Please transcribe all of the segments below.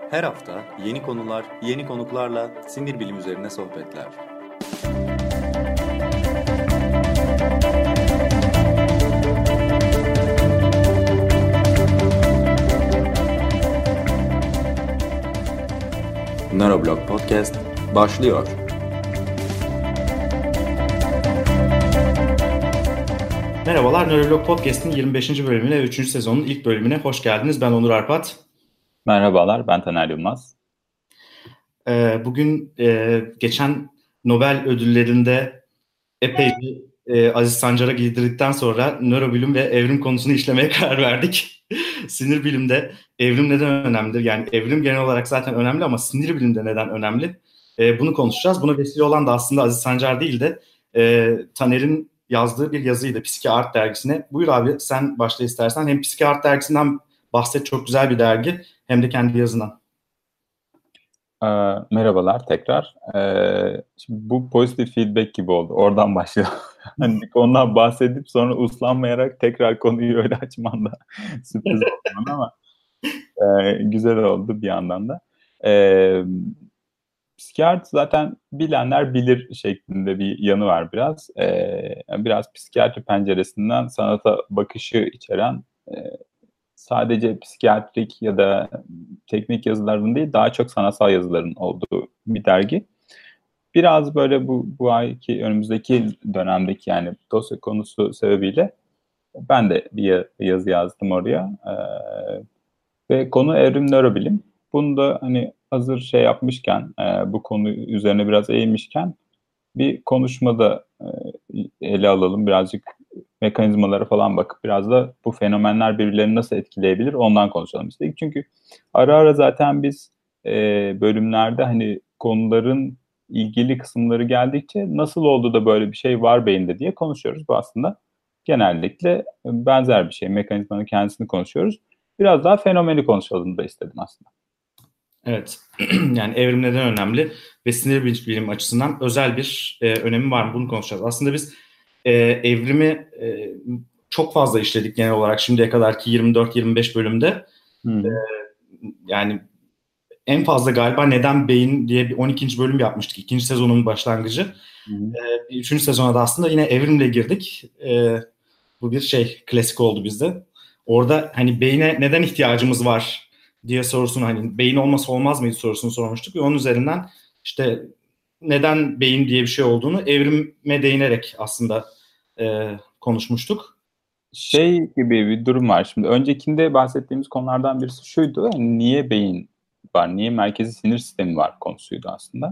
Her hafta yeni konular, yeni konuklarla sinir bilim üzerine sohbetler. Neuroblog Podcast başlıyor. Merhabalar, Neuroblog Podcast'in 25. bölümüne ve 3. sezonun ilk bölümüne hoş geldiniz. Ben Onur Arpat. Merhabalar, ben Taner Yılmaz. Bugün geçen Nobel ödüllerinde epeyce Aziz Sancar'a giydirdikten sonra nörobilim ve evrim konusunu işlemeye karar verdik. Sinir bilimde evrim neden önemlidir? Yani evrim genel olarak zaten önemli ama sinir bilimde neden önemli? Bunu konuşacağız. Buna vesile olan da aslında Aziz Sancar değil de Taner'in yazdığı bir yazıydı Psiki Art dergisine. Buyur abi, sen başla istersen. Hem Psiki Art dergisinden bahset, çok güzel bir dergi, hem de kendi yazından. Merhabalar tekrar. Şimdi bu pozitif feedback gibi oldu. Oradan başlayalım. Hani bir konudan bahsedip sonra uslanmayarak tekrar konuyu öyle açman da sürpriz oldu bana ama güzel oldu bir yandan da. Psikiyatri zaten bilenler bilir şeklinde bir yanı var biraz. Biraz psikiyatri penceresinden sanata bakışı içeren, sadece psikiyatrik ya da teknik yazıların değil, daha çok sanatsal yazıların olduğu bir dergi. Biraz böyle bu ayki, önümüzdeki dönemdeki yani dosya konusu sebebiyle ben de bir yazı yazdım oraya. Ve konu evrim nörobilim. Bunu da hani hazır şey yapmışken, bu konu üzerine biraz eğilmişken bir konuşmada ele alalım. Birazcık mekanizmalara falan bakıp biraz da bu fenomenler birbirlerini nasıl etkileyebilir ondan konuşalım istedik. Çünkü ara ara zaten biz bölümlerde hani konuların ilgili kısımları geldikçe nasıl oldu da böyle bir şey var beyinde diye konuşuyoruz. Bu aslında genellikle benzer bir şey. Mekanizmanın kendisini konuşuyoruz. Biraz daha fenomeni konuşalım da istedim aslında. Evet, yani evrim neden önemli ve sinir bilim açısından özel bir önemi var mı? Bunu konuşacağız. Aslında biz evrimi çok fazla işledik genel olarak şimdiye kadarki 24-25 bölümde. Yani en fazla galiba Neden Beyin diye bir 12. bölüm yapmıştık. 2. sezonun başlangıcı. 3. sezona da aslında yine evrimle girdik. Bu bir klasik oldu bizde. Orada hani beyine neden ihtiyacımız var diye sorusunu, hani beyin olmasa olmaz mıydı sorusunu sormuştuk ve onun üzerinden işte neden beyin diye bir şey olduğunu evrime değinerek aslında konuşmuştuk. Şey gibi bir durum var. Şimdi öncekinde bahsettiğimiz konulardan birisi şuydu. Yani niye beyin var, niye merkezi sinir sistemi var konusuydu aslında.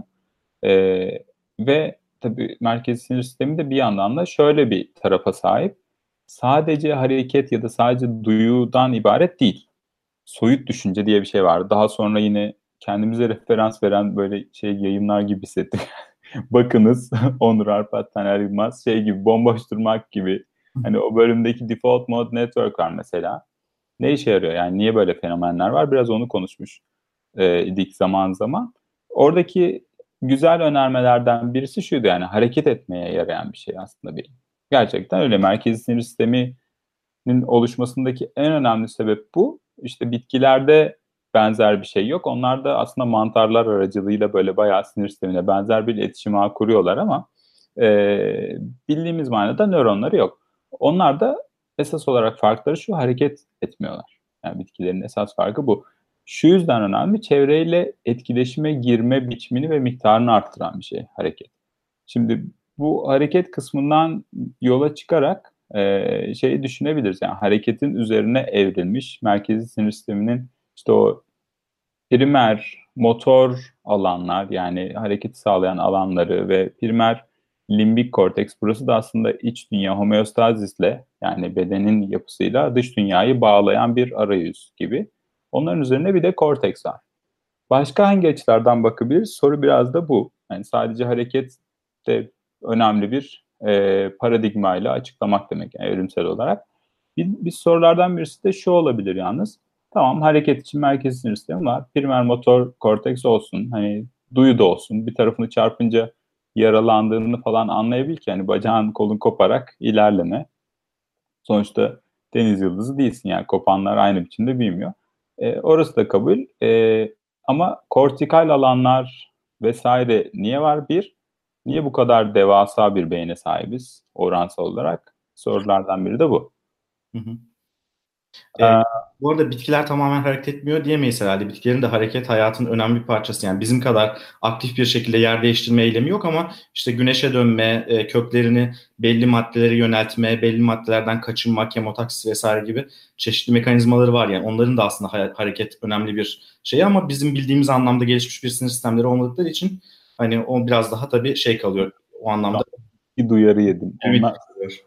Ve tabii merkezi sinir sistemi de bir yandan da şöyle bir tarafa sahip. Sadece hareket ya da sadece duyudan ibaret değil. Soyut düşünce diye bir şey var. Daha sonra yine kendimize referans veren böyle yayınlar gibi hissettim. Bakınız Onur Arpat, Taner Yılmaz gibi bomboş durmak gibi. Hani o bölümdeki default mode network var mesela. Ne işe yarıyor? Yani niye böyle fenomenler var? Biraz onu konuşmuş idik zaman zaman. Oradaki güzel önermelerden birisi şuydu, yani hareket etmeye yarayan bir şey aslında beyin. Gerçekten öyle. Merkezi sinir sisteminin oluşmasındaki en önemli sebep bu. İşte bitkilerde benzer bir şey yok. Onlar da aslında mantarlar aracılığıyla böyle bayağı sinir sistemine benzer bir iletişim ağı kuruyorlar ama bildiğimiz manada nöronları yok. Onlar da esas olarak farkları şu: hareket etmiyorlar. Yani bitkilerin esas farkı bu. Şu yüzden önemli: çevreyle etkileşime girme biçimini ve miktarını arttıran bir şey hareket. Şimdi bu hareket kısmından yola çıkarak şeyi düşünebiliriz. Yani hareketin üzerine evrilmiş merkezi sinir sisteminin işte o primer motor alanlar, yani hareketi sağlayan alanları ve primer limbik korteks, burası da aslında iç dünya homeostazisle, yani bedenin yapısıyla dış dünyayı bağlayan bir arayüz gibi. Onların üzerine bir de korteks var. Başka hangi açılardan bakabiliriz? Soru biraz da bu. Yani sadece hareket de önemli bir paradigmayla açıklamak demek, yani evrimsel olarak. Bir sorulardan birisi de şu olabilir yalnız. Tamam, hareket için merkezi sinir sistemi var. Primer motor korteks olsun, hani duyu da olsun. Bir tarafını çarpınca yaralandığını falan anlayabil ki, yani bacağın kolun koparak ilerleme. Sonuçta deniz yıldızı değilsin, yani kopanlar aynı biçimde büyümüyor. Orası da kabul. Ama kortikal alanlar vesaire niye var? Niye bu kadar devasa bir beyne sahibiz oransal olarak? Sorulardan biri de bu. Hı hı. Ee, Bu arada bitkiler tamamen hareket etmiyor diyemeyiz herhalde. Bitkilerin de hareket hayatın önemli bir parçası. Yani bizim kadar aktif bir şekilde yer değiştirme eylemi yok ama işte güneşe dönme, köklerini belli maddelere yöneltme, belli maddelerden kaçınma, kemotaksis vesaire gibi çeşitli mekanizmaları var. Yani onların da aslında hareket önemli bir şey ama bizim bildiğimiz anlamda gelişmiş bir sinir sistemleri olmadıkları için hani o biraz daha tabii şey kalıyor o anlamda. bir duyarı yedim. Onlar Kalıyor.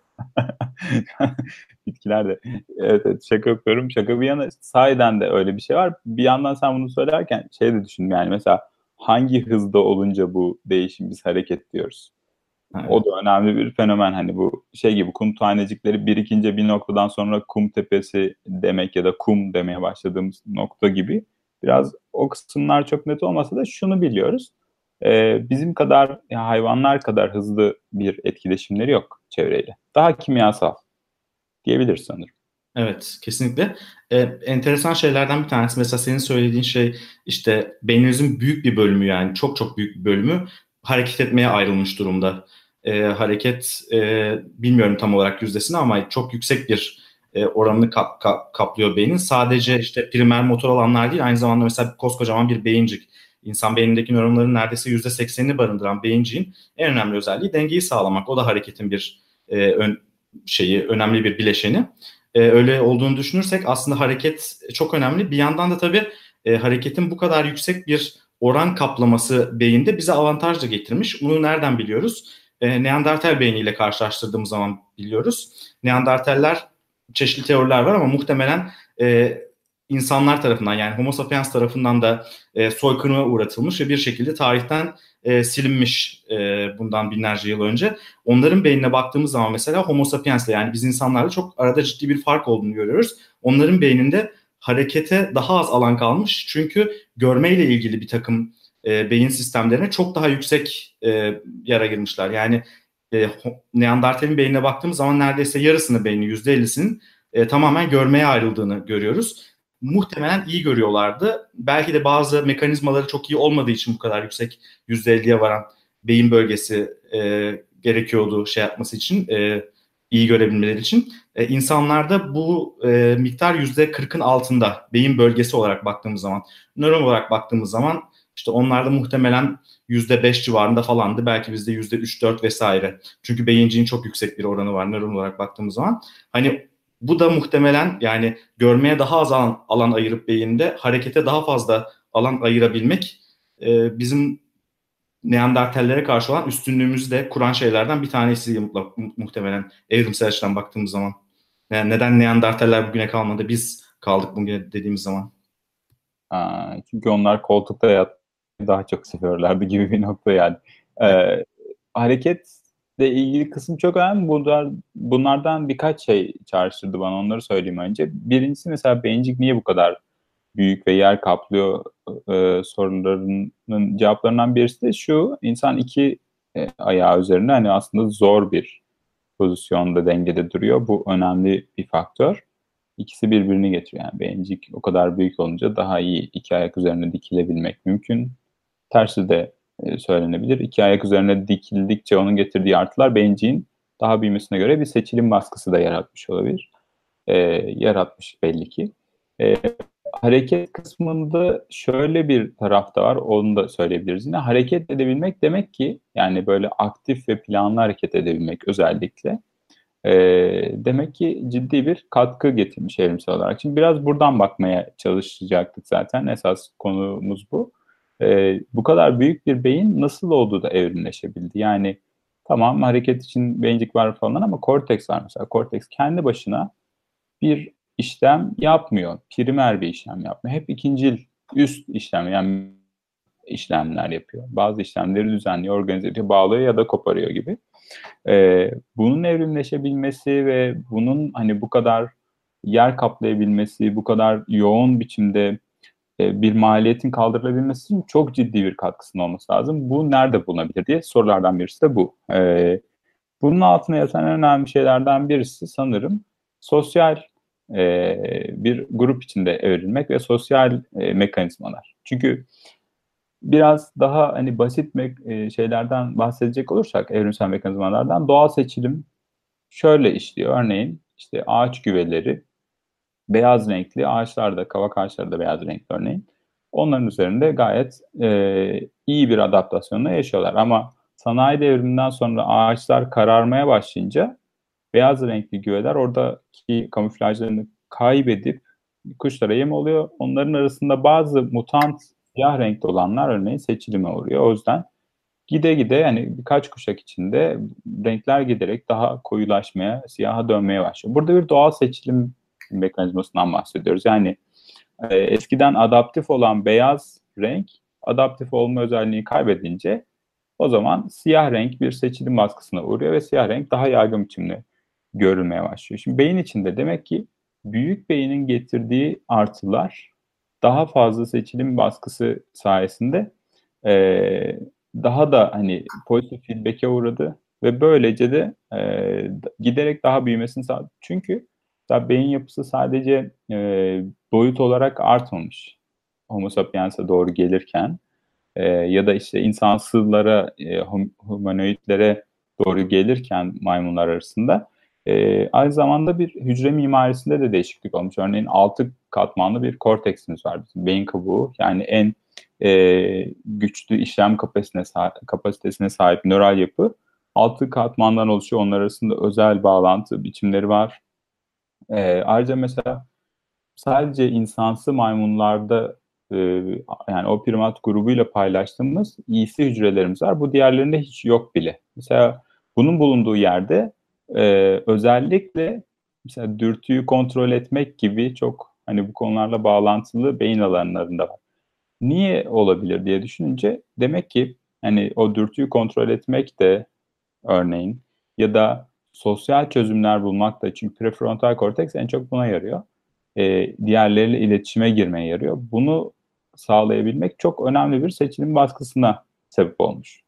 bitkiler de. Evet, evet, şaka yapıyorum. Şaka bir yana sahiden de öyle bir şey var. Bir yandan sen bunu söylerken şey de düşündüm yani mesela hangi hızda olunca bu değişim biz hareket diyoruz. Evet. O da önemli bir fenomen. Hani bu şey gibi kum tanecikleri birikince bir noktadan sonra kum tepesi demek ya da kum demeye başladığımız nokta gibi. Biraz o kısımlar çok net olmasa da şunu biliyoruz. Bizim kadar yani hayvanlar kadar hızlı bir etkileşimleri yok çevreyle. Daha kimyasal diyebiliriz sanırım. Evet, kesinlikle. Enteresan şeylerden bir tanesi mesela senin söylediğin şey işte beynimizin büyük bir bölümü yani çok çok büyük bir bölümü hareket etmeye ayrılmış durumda. Hareket bilmiyorum tam olarak yüzdesini ama çok yüksek bir oranını kaplıyor beynin. Sadece işte primer motor alanlar değil aynı zamanda mesela koskocaman bir beyincik. İnsan beynindeki nöronların neredeyse %80'ini barındıran beyinciğin en önemli özelliği dengeyi sağlamak. O da hareketin bir önemli bir bileşeni. Öyle olduğunu düşünürsek aslında hareket çok önemli. Bir yandan da tabii hareketin bu kadar yüksek bir oran kaplaması beyinde bize avantaj da getirmiş. Bunu nereden biliyoruz? Neandertal beyniyle karşılaştırdığımız zaman biliyoruz. Neandertaller çeşitli teoriler var ama muhtemelen insanlar tarafından yani Homo sapiens tarafından da soykırıma uğratılmış ve bir şekilde tarihten silinmiş bundan binlerce yıl önce. Onların beynine baktığımız zaman mesela Homo sapiens'le yani biz insanlarla çok arada ciddi bir fark olduğunu görüyoruz. Onların beyninde harekete daha az alan kalmış. Çünkü görmeyle ilgili bir takım beyin sistemlerine çok daha yüksek yer ayırmışlar. Yani Neandertal'in beynine baktığımız zaman neredeyse yarısını beyni %50'sinin tamamen görmeye ayrıldığını görüyoruz. Muhtemelen iyi görüyorlardı. Belki de bazı mekanizmaları çok iyi olmadığı için bu kadar yüksek %50'ye varan beyin bölgesi gerekiyordu şey yapması için, iyi görebilmeleri için. İnsanlarda bu miktar %40'ın altında beyin bölgesi olarak baktığımız zaman. Nöron olarak baktığımız zaman işte onlarda muhtemelen %5 civarında falandı. Belki bizde %3-4 vesaire. Çünkü beyinciğin çok yüksek bir oranı var nöron olarak baktığımız zaman. Hani bu da muhtemelen yani görmeye daha az alan ayırıp beyinde harekete daha fazla alan ayırabilmek bizim Neandertallere karşı olan üstünlüğümüzü de kuran şeylerden bir tanesi muhtemelen evrimsel açıdan baktığımız zaman. Yani neden Neandertaller bugüne kalmadı biz kaldık bugüne dediğimiz zaman. Çünkü onlar koltukta yatmayı daha çok seviyorlardı gibi bir nokta yani. Hareketle ilgili kısım çok önemli. Bunlardan birkaç şey çağrıştırdı bana. Onları söyleyeyim önce. Birincisi mesela beyincik niye bu kadar büyük ve yer kaplıyor sorularının cevaplarından birisi de şu. İnsan iki ayağı üzerine hani aslında zor bir pozisyonda dengede duruyor. Bu önemli bir faktör. İkisi birbirini getiriyor. Yani beyincik o kadar büyük olunca daha iyi iki ayak üzerine dikilebilmek mümkün. Tersi de söylenebilir. İki ayak üzerine dikildikçe onun getirdiği artılar beyinciğin daha büyümesine göre bir seçilim baskısı da yaratmış olabilir. Yaratmış belli ki. Hareket kısmında şöyle bir tarafta var, onu da söyleyebiliriz. Yine hareket edebilmek demek ki yani böyle aktif ve planlı hareket edebilmek özellikle demek ki ciddi bir katkı getirmiş evrimsel olarak. Şimdi biraz buradan bakmaya çalışacaktık zaten. Esas konumuz bu. Bu kadar büyük bir beyin nasıl oldu da evrimleşebildi? Yani tamam hareket için beyincik var falan ama korteks var mesela. Korteks kendi başına bir işlem yapmıyor. Primer bir işlem yapmıyor. Hep ikincil üst işlem yani işlemler yapıyor. Bazı işlemleri düzenliyor, organize ediyor, bağlıyor ya da koparıyor gibi. Bunun evrimleşebilmesi ve bunun hani bu kadar yer kaplayabilmesi, bu kadar yoğun biçimde bir maliyetin kaldırılabilmesi için çok ciddi bir katkısının olması lazım. Bu nerede bulunabilir diye sorulardan birisi de bu. Bunun altına yatan en önemli şeylerden birisi sanırım sosyal bir grup içinde evrilmek ve sosyal mekanizmalar. Çünkü biraz daha hani basit şeylerden bahsedecek olursak, evrimsel mekanizmalardan, doğal seçilim şöyle işliyor. Örneğin işte ağaç güveleri beyaz renkli, ağaçlarda, kavak ağaçları da beyaz renkli örneğin. Onların üzerinde gayet iyi bir adaptasyonla yaşıyorlar. Ama sanayi devriminden sonra ağaçlar kararmaya başlayınca beyaz renkli güveler oradaki kamuflajlarını kaybedip kuşlara yem oluyor. Onların arasında bazı mutant siyah renkli olanlar örneğin seçilime uğruyor. O yüzden gide gide yani birkaç kuşak içinde renkler giderek daha koyulaşmaya, siyaha dönmeye başlıyor. Burada bir doğal seçilim mekanizmasından bahsediyoruz. Yani eskiden adaptif olan beyaz renk adaptif olma özelliğini kaybedince o zaman siyah renk bir seçilim baskısına uğruyor ve siyah renk daha yaygın biçimde görülmeye başlıyor. Şimdi beyin içinde demek ki büyük beynin getirdiği artılar daha fazla seçilim baskısı sayesinde daha da hani pozitif feedback'e uğradı ve böylece de giderek daha büyümesini sağladı. Çünkü daha beyin yapısı sadece boyut olarak artmamış. Homo sapiens'e doğru gelirken ya da işte insansızlara, humanoidlere doğru gelirken maymunlar arasında aynı zamanda bir hücre mimarisinde de değişiklik olmuş. Örneğin 6 katmanlı bir korteksimiz var bizim beyin kabuğu. Yani en güçlü işlem kapasitesine sahip nöral yapı 6 katmandan oluşuyor. Onlar arasında özel bağlantı biçimleri var. Ayrıca mesela sadece insansı maymunlarda yani o primat grubuyla paylaştığımız iyisi hücrelerimiz var. Bu diğerlerinde hiç yok bile. Mesela bunun bulunduğu yerde özellikle mesela dürtüyü kontrol etmek gibi çok hani bu konularla bağlantılı beyin alanlarında var. Niye olabilir diye düşününce demek ki hani o dürtüyü kontrol etmek de örneğin ya da sosyal çözümler bulmak da, çünkü prefrontal korteks en çok buna yarıyor. Diğerleriyle iletişime girmeye yarıyor. Bunu sağlayabilmek çok önemli bir seçilim baskısına sebep olmuş.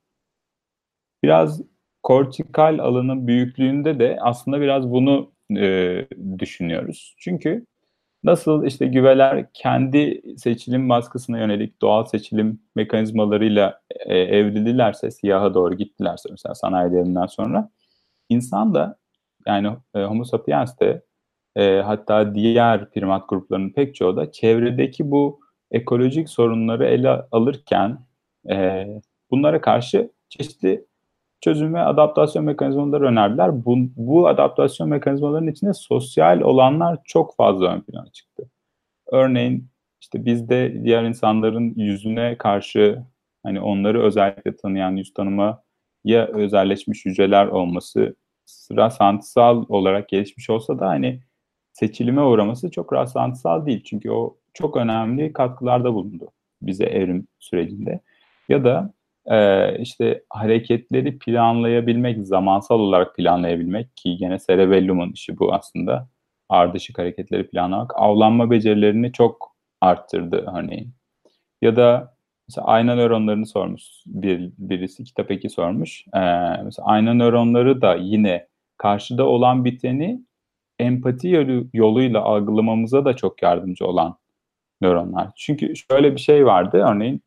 Biraz kortikal alanın büyüklüğünde de aslında biraz bunu düşünüyoruz. Çünkü nasıl işte güveler kendi seçilim baskısına yönelik doğal seçilim mekanizmalarıyla evrildilerse, siyaha doğru gittilerse mesela sanayi devriminden sonra, insan da yani Homo sapiens de hatta diğer primat gruplarının pek çoğu da çevredeki bu ekolojik sorunları ele alırken e, bunlara karşı çeşitli çözüm ve adaptasyon mekanizmaları önerdiler. Bu adaptasyon mekanizmalarının içinde sosyal olanlar çok fazla ön plana çıktı. Örneğin işte bizde diğer insanların yüzüne karşı hani onları özellikle tanıyan yüz tanımaya özelleşmiş hücreler olması rastlantısal olarak gelişmiş olsa da hani seçilime uğraması çok rastlantısal değil. Çünkü o çok önemli katkılarda bulundu bize evrim sürecinde. Ya da işte hareketleri planlayabilmek, zamansal olarak planlayabilmek, ki gene cerebellum'un işi bu aslında. Ardışık hareketleri planlamak, avlanma becerilerini çok arttırdı örneğin. Ya da mesela ayna nöronlarını sormuş birisi, kitap eki sormuş. Mesela ayna nöronları da yine karşıda olan biteni empati yoluyla algılamamıza da çok yardımcı olan nöronlar. Çünkü şöyle bir şey vardı örneğin,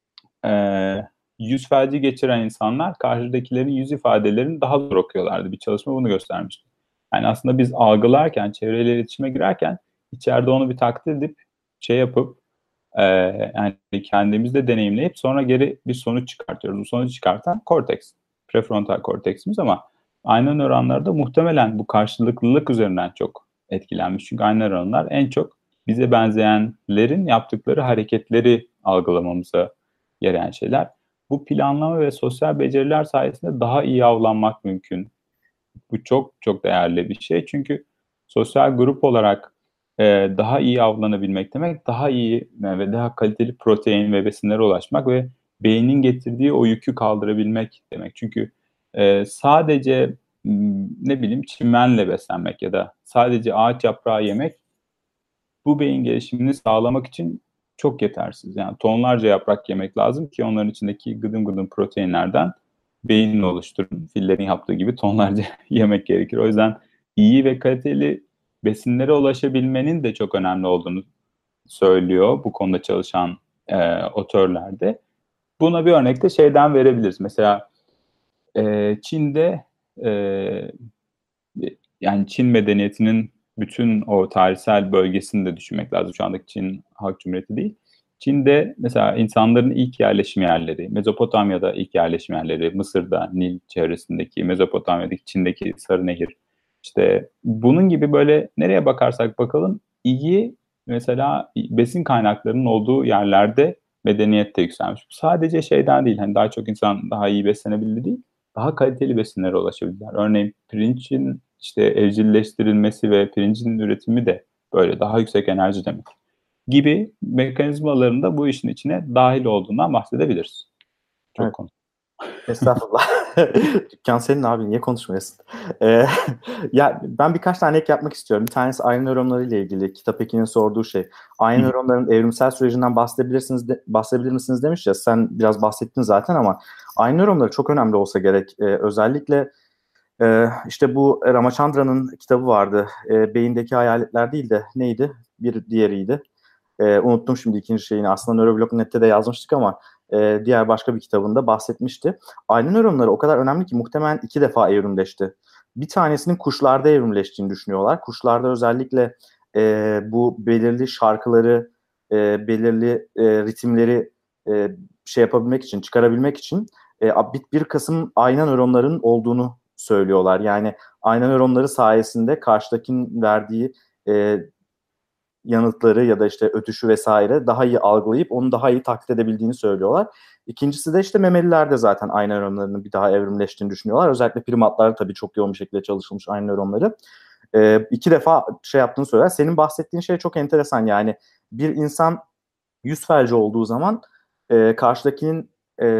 yüz felci geçiren insanlar karşıdakilerin yüz ifadelerini daha zor okuyorlardı. Bir çalışma bunu göstermişti. Yani aslında biz algılarken, çevreyle iletişime girerken içeride onu bir taklit edip şey yapıp yani kendimizde deneyimleyip sonra geri bir sonuç çıkartıyoruz. Bu sonucu çıkartan korteks, prefrontal korteksimiz, ama ayna nöronlarda muhtemelen bu karşılıklılık üzerinden çok etkilenmiş. Çünkü ayna nöronlar en çok bize benzeyenlerin yaptıkları hareketleri algılamamıza yarayan şeyler. Bu planlama ve sosyal beceriler sayesinde daha iyi avlanmak mümkün. Bu çok çok değerli bir şey. Çünkü sosyal grup olarak daha iyi avlanabilmek demek, daha iyi ve daha kaliteli protein ve besinlere ulaşmak ve beynin getirdiği o yükü kaldırabilmek demek. Çünkü sadece ne bileyim çimenle beslenmek ya da sadece ağaç yaprağı yemek bu beyin gelişimini sağlamak için çok yetersiz. Yani tonlarca yaprak yemek lazım ki onların içindeki gıdım gıdım proteinlerden beynini oluşturun. Fillerin yaptığı gibi tonlarca yemek gerekir. O yüzden iyi ve kaliteli besinlere ulaşabilmenin de çok önemli olduğunu söylüyor bu konuda çalışan otörlerde. Buna bir örnek de şeyden verebiliriz. Mesela Çin'de yani Çin medeniyetinin bütün o tarihsel bölgesini de düşünmek lazım. Şu andaki Çin Halk Cumhuriyeti değil. Çin'de mesela insanların ilk yerleşim yerleri, Mezopotamya'da ilk yerleşim yerleri, Mısır'da, Nil çevresindeki, Mezopotamya'daki, Çin'deki Sarınehir. İşte bunun gibi böyle nereye bakarsak bakalım iyi mesela besin kaynaklarının olduğu yerlerde medeniyet de yükselmiş. Bu sadece şeyden değil, hani daha çok insan daha iyi beslenebildi değil, daha kaliteli besinlere ulaşabildiler. Örneğin pirincin işte evcilleştirilmesi ve pirincin üretimi de böyle daha yüksek enerji demek gibi mekanizmalarında bu işin içine dahil olduğundan bahsedebiliriz. Çok Evet. konu. Estağfurullah. Dükkan senin abi, niye konuşmuyorsun? Ya ben birkaç tane ek yapmak istiyorum. Bir tanesi ayna nöronları ile ilgili. Kitap Ekin'in sorduğu şey. Ayna nöronların evrimsel sürecinden bahsedebilir misiniz demiş ya. Sen biraz bahsettin zaten ama ayna nöronları çok önemli olsa gerek. Özellikle işte bu Ramachandran'ın kitabı vardı. Beyindeki hayaletler değil de neydi? Bir diğeriydi. Unuttum şimdi ikinci şeyini. Aslında Neuroblog.net'te de yazmıştık ama diğer başka bir kitabında bahsetmişti. Ayna nöronları o kadar önemli ki muhtemelen 2 defa evrimleşti. Bir tanesinin kuşlarda evrimleştiğini düşünüyorlar. Kuşlarda özellikle bu belirli şarkıları, belirli ritimleri şey yapabilmek için, çıkarabilmek için bir kısım ayna nöronların olduğunu söylüyorlar. Yani ayna nöronları sayesinde karşıdakinin verdiği yanıtları ya da işte ötüşü vesaire daha iyi algılayıp onu daha iyi taklit edebildiğini söylüyorlar. İkincisi de işte memelilerde zaten ayna nöronlarının bir daha evrimleştiğini düşünüyorlar. Özellikle primatlarda tabii çok yoğun bir şekilde çalışılmış ayna nöronları. 2 defa şey yaptığını söyler. Senin bahsettiğin şey çok enteresan. Yani bir insan yüz felci olduğu zaman karşıdakinin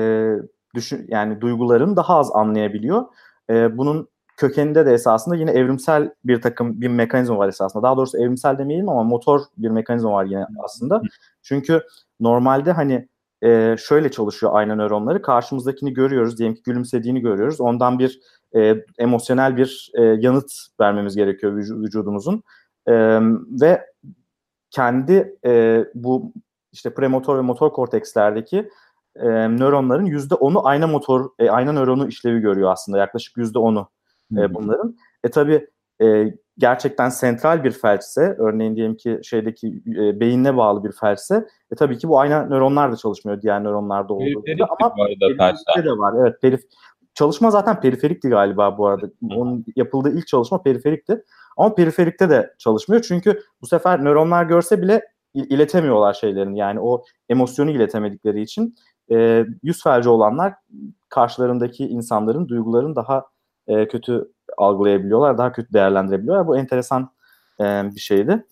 yani duygularını daha az anlayabiliyor. Bunun kökeninde de esasında yine evrimsel bir mekanizma var esasında. Daha doğrusu evrimsel demeyelim ama motor bir mekanizma var yine aslında. Çünkü normalde hani şöyle çalışıyor ayna nöronları. Karşımızdakini görüyoruz. Diyelim ki gülümsediğini görüyoruz. Ondan bir emosyonel bir yanıt vermemiz gerekiyor vücudumuzun. Ve kendi bu işte premotor ve motor kortekslerdeki nöronların %10'u ayna nöronu işlevi görüyor aslında. Yaklaşık %10'u bunların. Tabii gerçekten sentral bir felçse, örneğin diyelim ki şeydeki beynine bağlı bir felçse, tabii ki bu ayna nöronlar da çalışmıyor diğer nöronlarda olduğu gibi. Ama Bu arada periferikte de var. Evet, çalışma zaten periferikti galiba bu arada. Onun yapıldığı ilk çalışma periferikti. Ama periferikte de çalışmıyor. Çünkü bu sefer nöronlar görse bile iletemiyorlar şeylerini. Yani o emosyonu iletemedikleri için yüz felci olanlar karşılarındaki insanların duygularını daha kötü algılayabiliyorlar, daha kötü değerlendirebiliyorlar. Bu enteresan bir şeydi.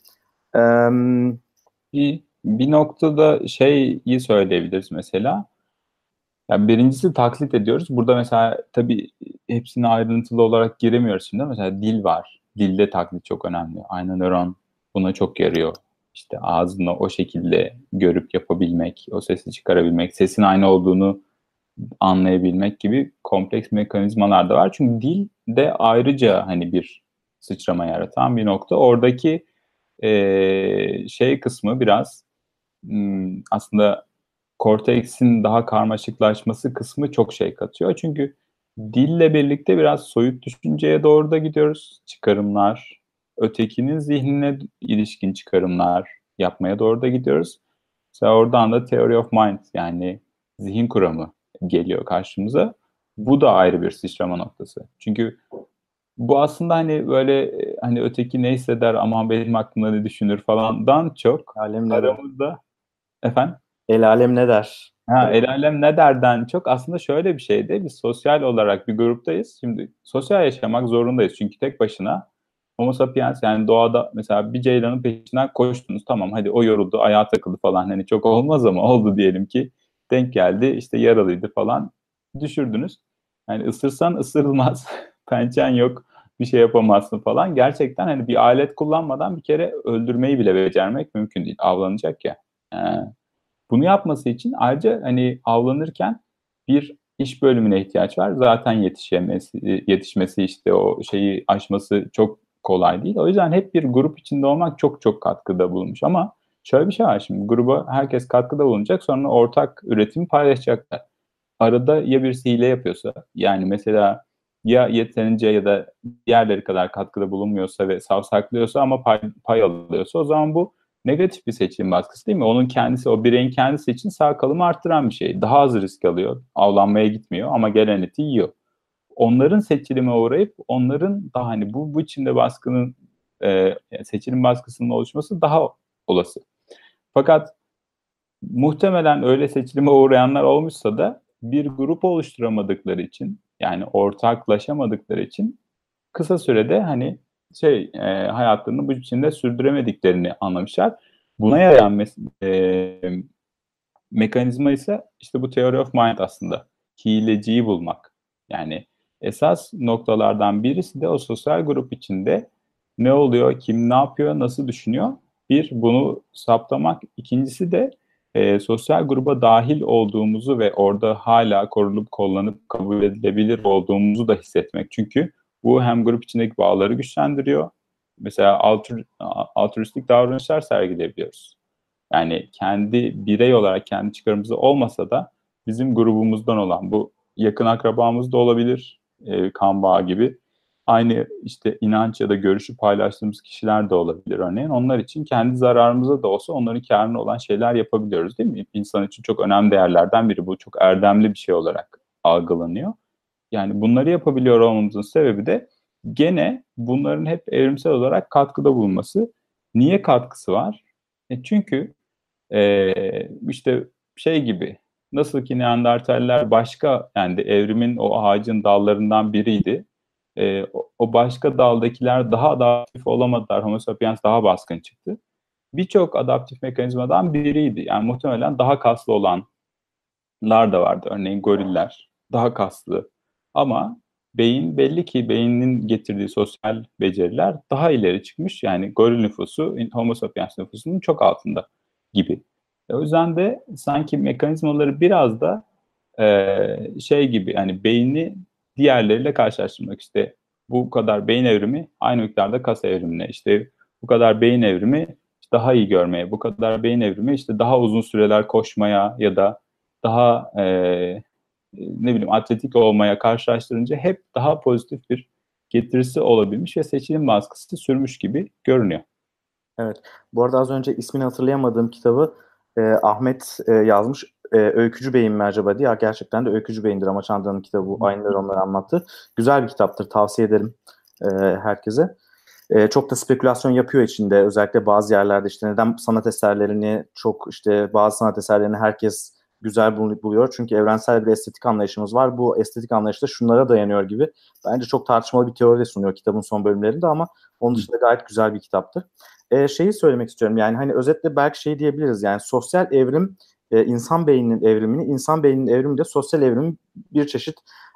Bir noktada şeyi söyleyebiliriz mesela. Yani birincisi taklit ediyoruz. Burada mesela tabii hepsine ayrıntılı olarak giremiyoruz şimdi. Mesela dil var. Dilde taklit çok önemli. Ayna nöron buna çok yarıyor. İşte ağzını o şekilde görüp yapabilmek, o sesi çıkarabilmek, sesin aynı olduğunu anlayabilmek gibi kompleks mekanizmalar da var. Çünkü dil de ayrıca hani bir sıçrama yaratan bir nokta. Oradaki şey kısmı biraz aslında korteksin daha karmaşıklaşması kısmı çok şey katıyor. Çünkü dille birlikte biraz soyut düşünceye doğru da gidiyoruz. Çıkarımlar, ötekinin zihnine ilişkin çıkarımlar yapmaya doğru da gidiyoruz. Mesela oradan da Theory of Mind, yani zihin kuramı geliyor karşımıza. Bu da ayrı bir sıçrama noktası. Çünkü bu aslında hani böyle hani öteki ne hisseder, aman benim hakkımda ne düşünür falandan çok alem ne der? aramızda efendim? El alem ne der? El alem ne derden çok aslında şöyle bir şeydi. Biz sosyal olarak bir gruptayız. Şimdi sosyal yaşamak zorundayız. Çünkü tek başına Homo sapiens, yani doğada mesela bir ceylanın peşinden koştunuz. Tamam, hadi o yoruldu, ayağa takıldı falan. Hani çok olmaz ama oldu diyelim ki. Denk geldi, işte yaralıydı falan. Düşürdünüz. Yani ısırsan ısırılmaz. Pençen yok. Bir şey yapamazsın falan. Gerçekten hani bir alet kullanmadan bir kere öldürmeyi bile becermek mümkün değil. Avlanacak ya. Bunu yapması için ayrıca hani avlanırken bir iş bölümüne ihtiyaç var. Zaten yetişmesi işte o şeyi aşması çok kolay değil. O yüzden hep bir grup içinde olmak çok çok katkıda bulunmuş. Ama şöyle bir şey var şimdi. Gruba herkes katkıda bulunacak. Sonra ortak üretimi paylaşacaklar. Arada ya birisi hile yapıyorsa, yani mesela ya yeterince ya da diğerleri kadar katkıda bulunmuyorsa ve savsaklıyorsa ama pay alıyorsa, o zaman bu negatif bir seçim baskısı değil mi? Onun kendisi, o bireyin kendisi için sağ kalımı arttıran bir şey. Daha az risk alıyor, avlanmaya gitmiyor ama gelen eti yiyor. Onların seçilime uğrayıp onların da hani bu biçimde baskının seçilim baskısının oluşması daha olası. Fakat muhtemelen öyle seçilime uğrayanlar olmuşsa da bir grup oluşturamadıkları için, yani ortaklaşamadıkları için kısa sürede hani hayatlarını bu biçimde sürdüremediklerini anlamışlar. Buna yarayan mekanizma ise işte bu theory of mind aslında. Hileciyi bulmak. Yani esas noktalardan birisi de o sosyal grup içinde ne oluyor, kim ne yapıyor, nasıl düşünüyor? Bir, bunu saptamak. İkincisi de sosyal gruba dahil olduğumuzu ve orada hala korulup kollanıp kabul edilebilir olduğumuzu da hissetmek. Çünkü bu hem grup içindeki bağları güçlendiriyor. Mesela altruistik davranışlar sergileyebiliyoruz. Yani kendi birey olarak kendi çıkarımızı olmasa da bizim grubumuzdan olan, bu yakın akrabamız da olabilir, kan bağı gibi. Aynı işte inanç ya da görüşü paylaştığımız kişiler de olabilir örneğin. Onlar için kendi zararımıza da olsa onların kârına olan şeyler yapabiliyoruz değil mi? İnsan için çok önemli değerlerden biri bu. Çok erdemli bir şey olarak algılanıyor. Yani bunları yapabiliyor olmamızın sebebi de gene bunların hep evrimsel olarak katkıda bulunması. Niye katkısı var? Çünkü işte şey gibi, nasıl ki Neandertaller başka, yani de evrimin o ağacın dallarından biriydi. O başka daldakiler daha adaptif olamadılar. Homo sapiens daha baskın çıktı. Birçok adaptif mekanizmadan biriydi. Yani muhtemelen daha kaslı olanlar da vardı. Örneğin goriller daha kaslı. Ama beyin, belli ki beynin getirdiği sosyal beceriler daha ileri çıkmış. Yani goril nüfusu Homo sapiens nüfusunun çok altında gibi. O yüzden de sanki mekanizmaları biraz da şey gibi, yani beyni diğerleriyle karşılaştırmak, işte bu kadar beyin evrimi aynı miktarda kas evrimine, işte bu kadar beyin evrimi işte daha iyi görmeye, bu kadar beyin evrimi işte daha uzun süreler koşmaya ya da daha ne bileyim atletik olmaya karşılaştırınca hep daha pozitif bir getirisi olabilmiş ve seçilim baskısı sürmüş gibi görünüyor. Evet. Bu arada az önce ismini hatırlayamadığım kitabı Ahmet yazmış. Öykücü Beyin mi acaba diye. Gerçekten de Öykücü Beyin'dir ama Chandra'nın kitabı, bu aynı nöronları anlattı. Güzel bir kitaptır. Tavsiye ederim herkese. Çok da spekülasyon yapıyor içinde. Özellikle bazı yerlerde işte neden sanat eserlerini bazı sanat eserlerini herkes güzel buluyor. Çünkü evrensel bir estetik anlayışımız var. Bu estetik anlayış da şunlara dayanıyor gibi. Bence çok tartışmalı bir teori de sunuyor kitabın son bölümlerinde ama onun dışında gayet güzel bir kitaptır. Şeyi söylemek istiyorum, yani hani özetle belki şey diyebiliriz, yani sosyal evrim insan beyninin evrimini, insan beyninin evrimi de sosyal evrim bir çeşit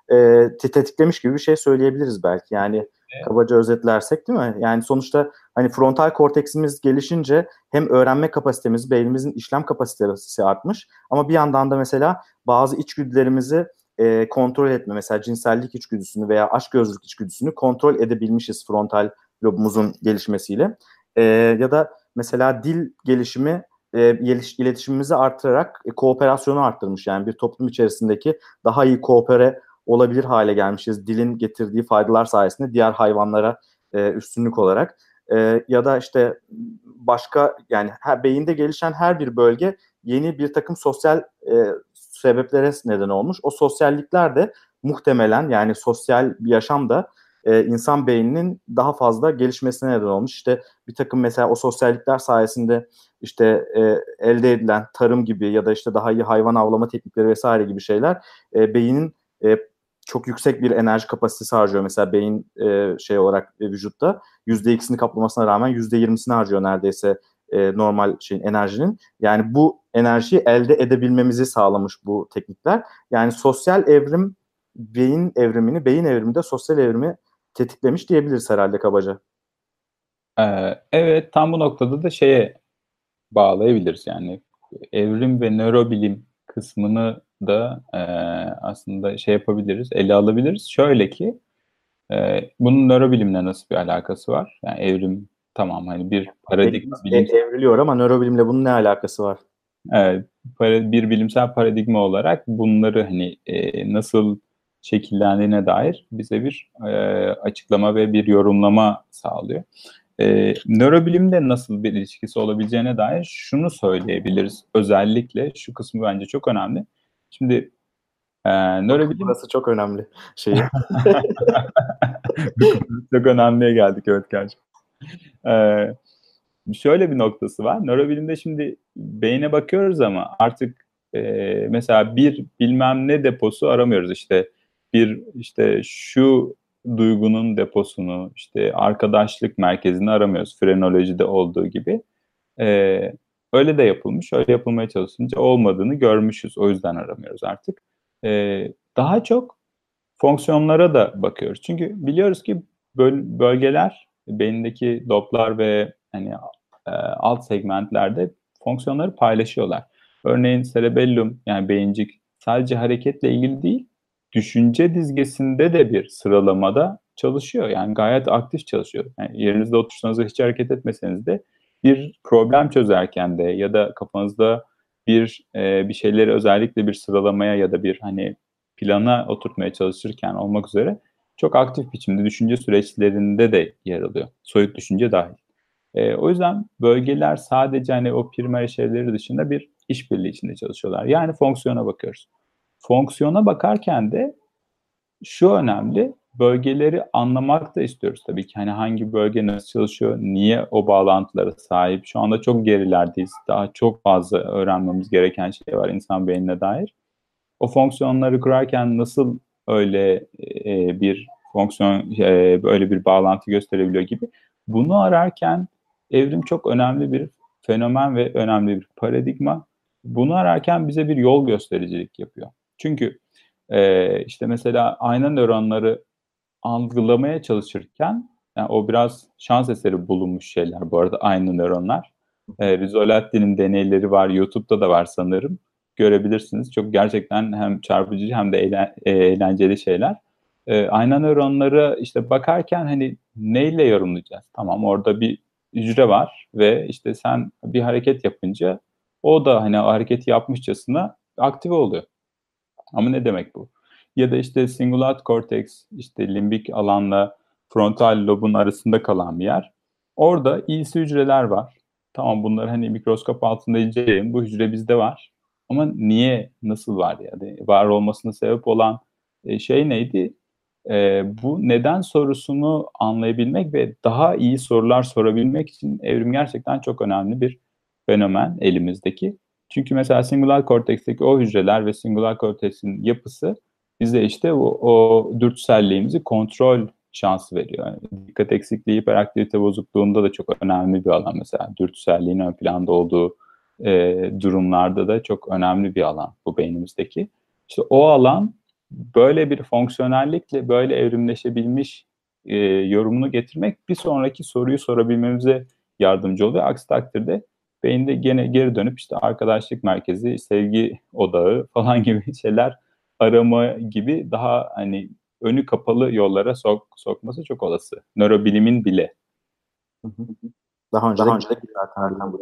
tetiklemiş gibi bir şey söyleyebiliriz belki, yani kabaca özetlersek değil mi? Yani sonuçta hani frontal korteksimiz gelişince hem öğrenme kapasitemiz, beynimizin işlem kapasitesi artmış ama bir yandan da mesela bazı içgüdülerimizi kontrol etme, mesela cinsellik içgüdüsünü veya açgözlülük içgüdüsünü kontrol edebilmişiz frontal lobumuzun gelişmesiyle. Ya da mesela dil gelişimi iletişimimizi artırarak kooperasyonu arttırmış. Yani bir toplum içerisindeki daha iyi koopere olabilir hale gelmişiz. Dilin getirdiği faydalar sayesinde diğer hayvanlara üstünlük olarak. Ya da işte başka, yani beyinde gelişen her bir bölge yeni bir takım sosyal sebeplere neden olmuş. O sosyallikler de muhtemelen, yani sosyal bir yaşamda insan beyninin daha fazla gelişmesine neden olmuş. İşte bir takım mesela o sosyallikler sayesinde işte elde edilen tarım gibi ya da işte daha iyi hayvan avlama teknikleri vesaire gibi şeyler beynin çok yüksek bir enerji kapasitesi harcıyor. Mesela beyin şey olarak vücutta %2'sini kaplamasına rağmen %20'sini harcıyor neredeyse normal enerjinin. Yani bu enerjiyi elde edebilmemizi sağlamış bu teknikler. Yani sosyal evrim beyin evrimini, beyin evrimi de sosyal evrimi tetiklemiş diyebiliriz herhalde kabaca. Evet, tam bu noktada da şeye bağlayabiliriz, yani evrim ve nörobilim kısmını da aslında şey yapabiliriz, ele alabiliriz. Şöyle ki bunun nörobilimle nasıl bir alakası var? Yani evrim Tamam, hani bir paradigma, Beynimiz evriliyor ama nörobilimle bunun ne alakası var? evet, bir bilimsel paradigma olarak bunları hani nasıl şekillendiğine dair bize bir açıklama ve bir yorumlama sağlıyor. Nörobilimle nasıl bir ilişkisi olabileceğine dair şunu söyleyebiliriz. Özellikle şu kısmı bence çok önemli. Şimdi nörobilim Burası çok önemli şeyi. çok önemliye geldik, evet, gerçekten. Ee, Şöyle bir noktası var. Nörobilimde şimdi beyne bakıyoruz ama artık mesela bir bilmem ne deposu aramıyoruz. İşte işte şu duygunun deposunu, işte arkadaşlık merkezini aramıyoruz. Frenolojide olduğu gibi. E, Öyle de yapılmış. Öyle yapılmaya çalışınca olmadığını görmüşüz. O yüzden aramıyoruz artık. Daha çok fonksiyonlara da bakıyoruz. Çünkü biliyoruz ki bölgeler, beyindeki loblar ve hani alt segmentlerde fonksiyonları paylaşıyorlar. Örneğin cerebellum, yani beyincik, sadece hareketle ilgili değil, düşünce dizgesinde de bir sıralamada çalışıyor. Yani gayet aktif çalışıyor. Yani yerinizde otursanız hiç hareket etmeseniz de bir problem çözerken de ya da kafanızda bir şeyleri özellikle bir sıralamaya ya da bir hani plana oturtmaya çalışırken olmak üzere çok aktif biçimde düşünce süreçlerinde de yer alıyor. Soyut düşünce dahil. O yüzden bölgeler sadece hani o primer işlevleri dışında bir işbirliği içinde çalışıyorlar. Yani fonksiyona bakıyoruz. Fonksiyona bakarken de şu önemli, bölgeleri anlamak da istiyoruz tabii ki. Hani hangi bölge nasıl çalışıyor, niye o bağlantılara sahip? Şu anda çok gerilerdeyiz. Daha çok fazla öğrenmemiz gereken şey var insan beynine dair. O fonksiyonları kurarken nasıl öyle bir fonksiyon, böyle bir bağlantı gösterebiliyor gibi. Bunu ararken evrim çok önemli bir fenomen ve önemli bir paradigma. Bunu ararken bize bir yol göstericilik yapıyor. Çünkü işte mesela ayna nöronları algılamaya çalışırken, yani o biraz şans eseri bulunmuş şeyler bu arada ayna nöronlar. Rizzolatti'nin deneyleri var, YouTube'da da var sanırım. Görebilirsiniz. Çok gerçekten hem çarpıcı hem de eğlenceli şeyler. Ayna nöronları işte bakarken hani neyle yorumlayacağız? Tamam, orada bir hücre var ve işte sen bir hareket yapınca o da hani o hareketi yapmışçasına aktive oluyor. Ama ne demek bu? Ya da işte cingulate cortex, işte limbik alanla frontal lobun arasında kalan bir yer. Orada iyisi hücreler var. Tamam, bunları hani mikroskop altında inceleyelim. Bu hücre bizde var. Ama niye, nasıl var yani? Var olmasına sebep olan şey neydi? Bu neden sorusunu anlayabilmek ve daha iyi sorular sorabilmek için evrim gerçekten çok önemli bir fenomen elimizdeki. Çünkü mesela singular korteksteki o hücreler ve singular korteksin yapısı bize işte o dürtüselliğimizi kontrol şansı veriyor. Yani dikkat eksikliği, hiperaktivite bozukluğunda da çok önemli bir alan mesela. Dürtüselliğin ön planda olduğu durumlarda da çok önemli bir alan bu beynimizdeki. İşte o alan böyle bir fonksiyonellikle böyle evrimleşebilmiş yorumunu getirmek bir sonraki soruyu sorabilmemize yardımcı oluyor. Aksi takdirde beyinde gene geri dönüp işte arkadaşlık merkezi, sevgi odağı falan gibi şeyler arama gibi daha hani önü kapalı yollara sokması çok olası. Nörobilimin bile. Daha önce de Daha önce de gittik zaten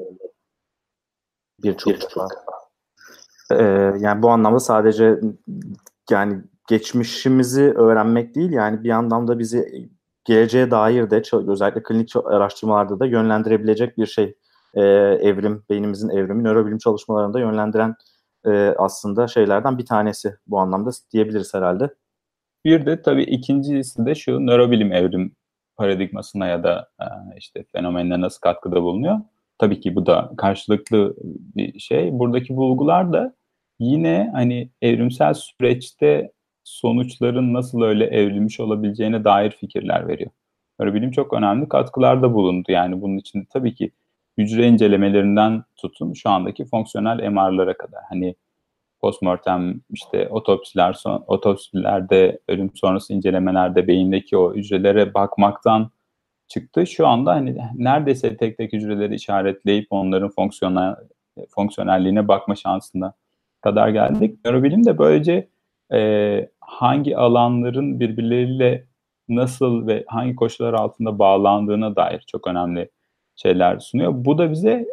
birçok defa. Yani bu anlamda sadece yani geçmişimizi öğrenmek değil, yani bir yandan da bizi geleceğe dair de özellikle klinik araştırmalarda da yönlendirebilecek bir şey. Evrim, beynimizin evrimi, nörobilim çalışmalarında yönlendiren aslında şeylerden bir tanesi bu anlamda diyebiliriz herhalde. Bir de tabii ikincisi de şu, nörobilim evrim paradigmasına ya da işte fenomenine nasıl katkıda bulunuyor. Tabii ki bu da karşılıklı bir şey. Buradaki bulgular da yine hani evrimsel süreçte sonuçların nasıl öyle evrilmiş olabileceğine dair fikirler veriyor. Nörobilim çok önemli katkılarda bulundu. Yani bunun için tabii ki hücre incelemelerinden tutun şu andaki fonksiyonel MR'lara kadar. Hani postmortem, işte otopsilerde, ölüm sonrası incelemelerde beyindeki o hücrelere bakmaktan çıktı. Şu anda hani neredeyse tek tek hücreleri işaretleyip onların fonksiyonelliğine bakma şansına kadar geldik. Nörobilim de böylece hangi alanların birbirleriyle nasıl ve hangi koşullar altında bağlandığına dair çok önemli şeyler sunuyor. Bu da bize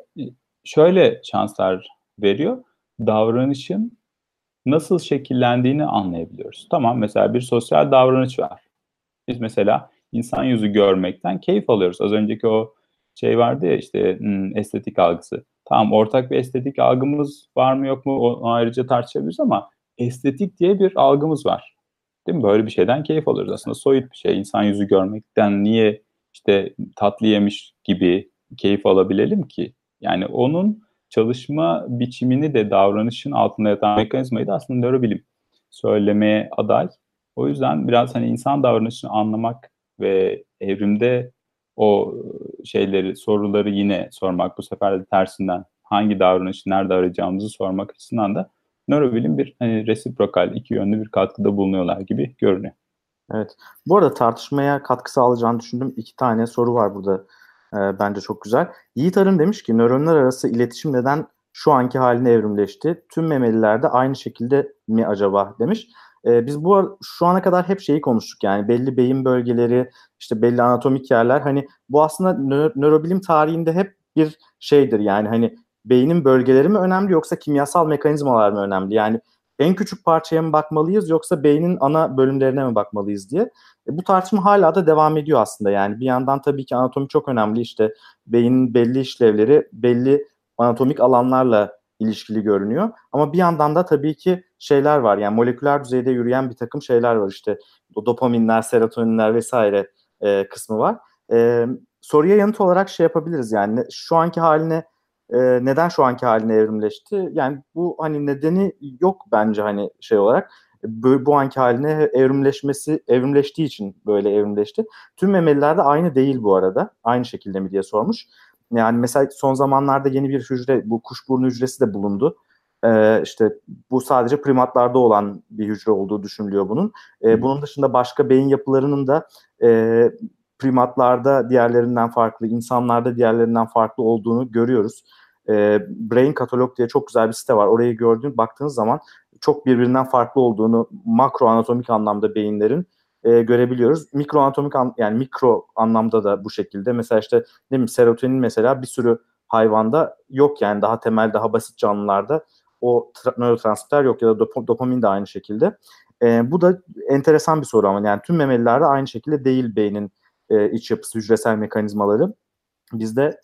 şöyle şanslar veriyor. Davranışın nasıl şekillendiğini anlayabiliyoruz. Tamam, mesela bir sosyal davranış var. Biz mesela insan yüzü görmekten keyif alıyoruz. Az önceki o şey vardı ya, işte estetik algısı. Tamam, ortak bir estetik algımız var mı yok mu onu ayrıca tartışabiliriz ama estetik diye bir algımız var. Değil mi? Böyle bir şeyden keyif alıyoruz. Aslında soyut bir şey. İnsan yüzü görmekten niye işte tatlı yemiş gibi keyif alabilelim ki? Yani onun çalışma biçimini de, davranışın altında yatan mekanizmayı da aslında nörobilim söylemeye aday. O yüzden biraz hani insan davranışını anlamak ve evrimde o şeyleri, soruları yine sormak, bu sefer de tersinden hangi davranışı nerede arayacağımızı sormak açısından da nörobilim bir hani resiprokal, iki yönlü bir katkıda bulunuyorlar gibi görünüyor. Evet. Bu arada tartışmaya katkı sağlayacağını düşündüğüm 2 tane soru var burada. Bence çok güzel. Yiğit Arın demiş ki nöronlar arası iletişim neden şu anki haline evrimleşti? Tüm memelilerde aynı şekilde mi acaba demiş. Biz şu ana kadar hep şeyi konuştuk, yani belli beyin bölgeleri, işte belli anatomik yerler. Hani bu aslında nörobilim tarihinde hep bir şeydir. Yani hani beynin bölgeleri mi önemli yoksa kimyasal mekanizmalar mı önemli? Yani en küçük parçaya mı bakmalıyız yoksa beynin ana bölümlerine mi bakmalıyız diye. Bu tartışma hala da devam ediyor aslında. Yani bir yandan tabii ki anatomi çok önemli. İşte beynin belli işlevleri belli anatomik alanlarla ilişkili görünüyor. Ama bir yandan da tabii ki şeyler var. Yani moleküler düzeyde yürüyen bir takım şeyler var. İşte dopaminler, serotoninler vesaire kısmı var. Soruya yanıt olarak şey yapabiliriz. Yani şu anki haline neden şu anki haline evrimleşti? Yani bu hani nedeni yok bence, hani şey olarak. Bu anki haline evrimleştiği için böyle evrimleşti. Tüm memeliler de aynı değil bu arada. Aynı şekilde mi diye sormuş. Yani mesela son zamanlarda yeni bir hücre, bu kuşburnu hücresi de bulundu. İşte bu sadece primatlarda olan bir hücre olduğu düşünülüyor bunun. Bunun dışında başka beyin yapılarının da primatlarda diğerlerinden farklı, insanlarda diğerlerinden farklı olduğunu görüyoruz. Brain Catalog diye çok güzel bir site var. Orayı baktığınız zaman çok birbirinden farklı olduğunu makro anatomik anlamda beyinlerin görebiliyoruz. Yani mikro anlamda da bu şekilde. Mesela işte ne bileyim, serotonin mesela bir sürü hayvanda yok, yani daha temel, daha basit canlılarda o nörotransmitter yok, ya da dopamin de aynı şekilde. Bu da enteresan bir soru ama yani tüm memelilerde aynı şekilde değil beynin iç yapısı, hücresel mekanizmaları. Bizde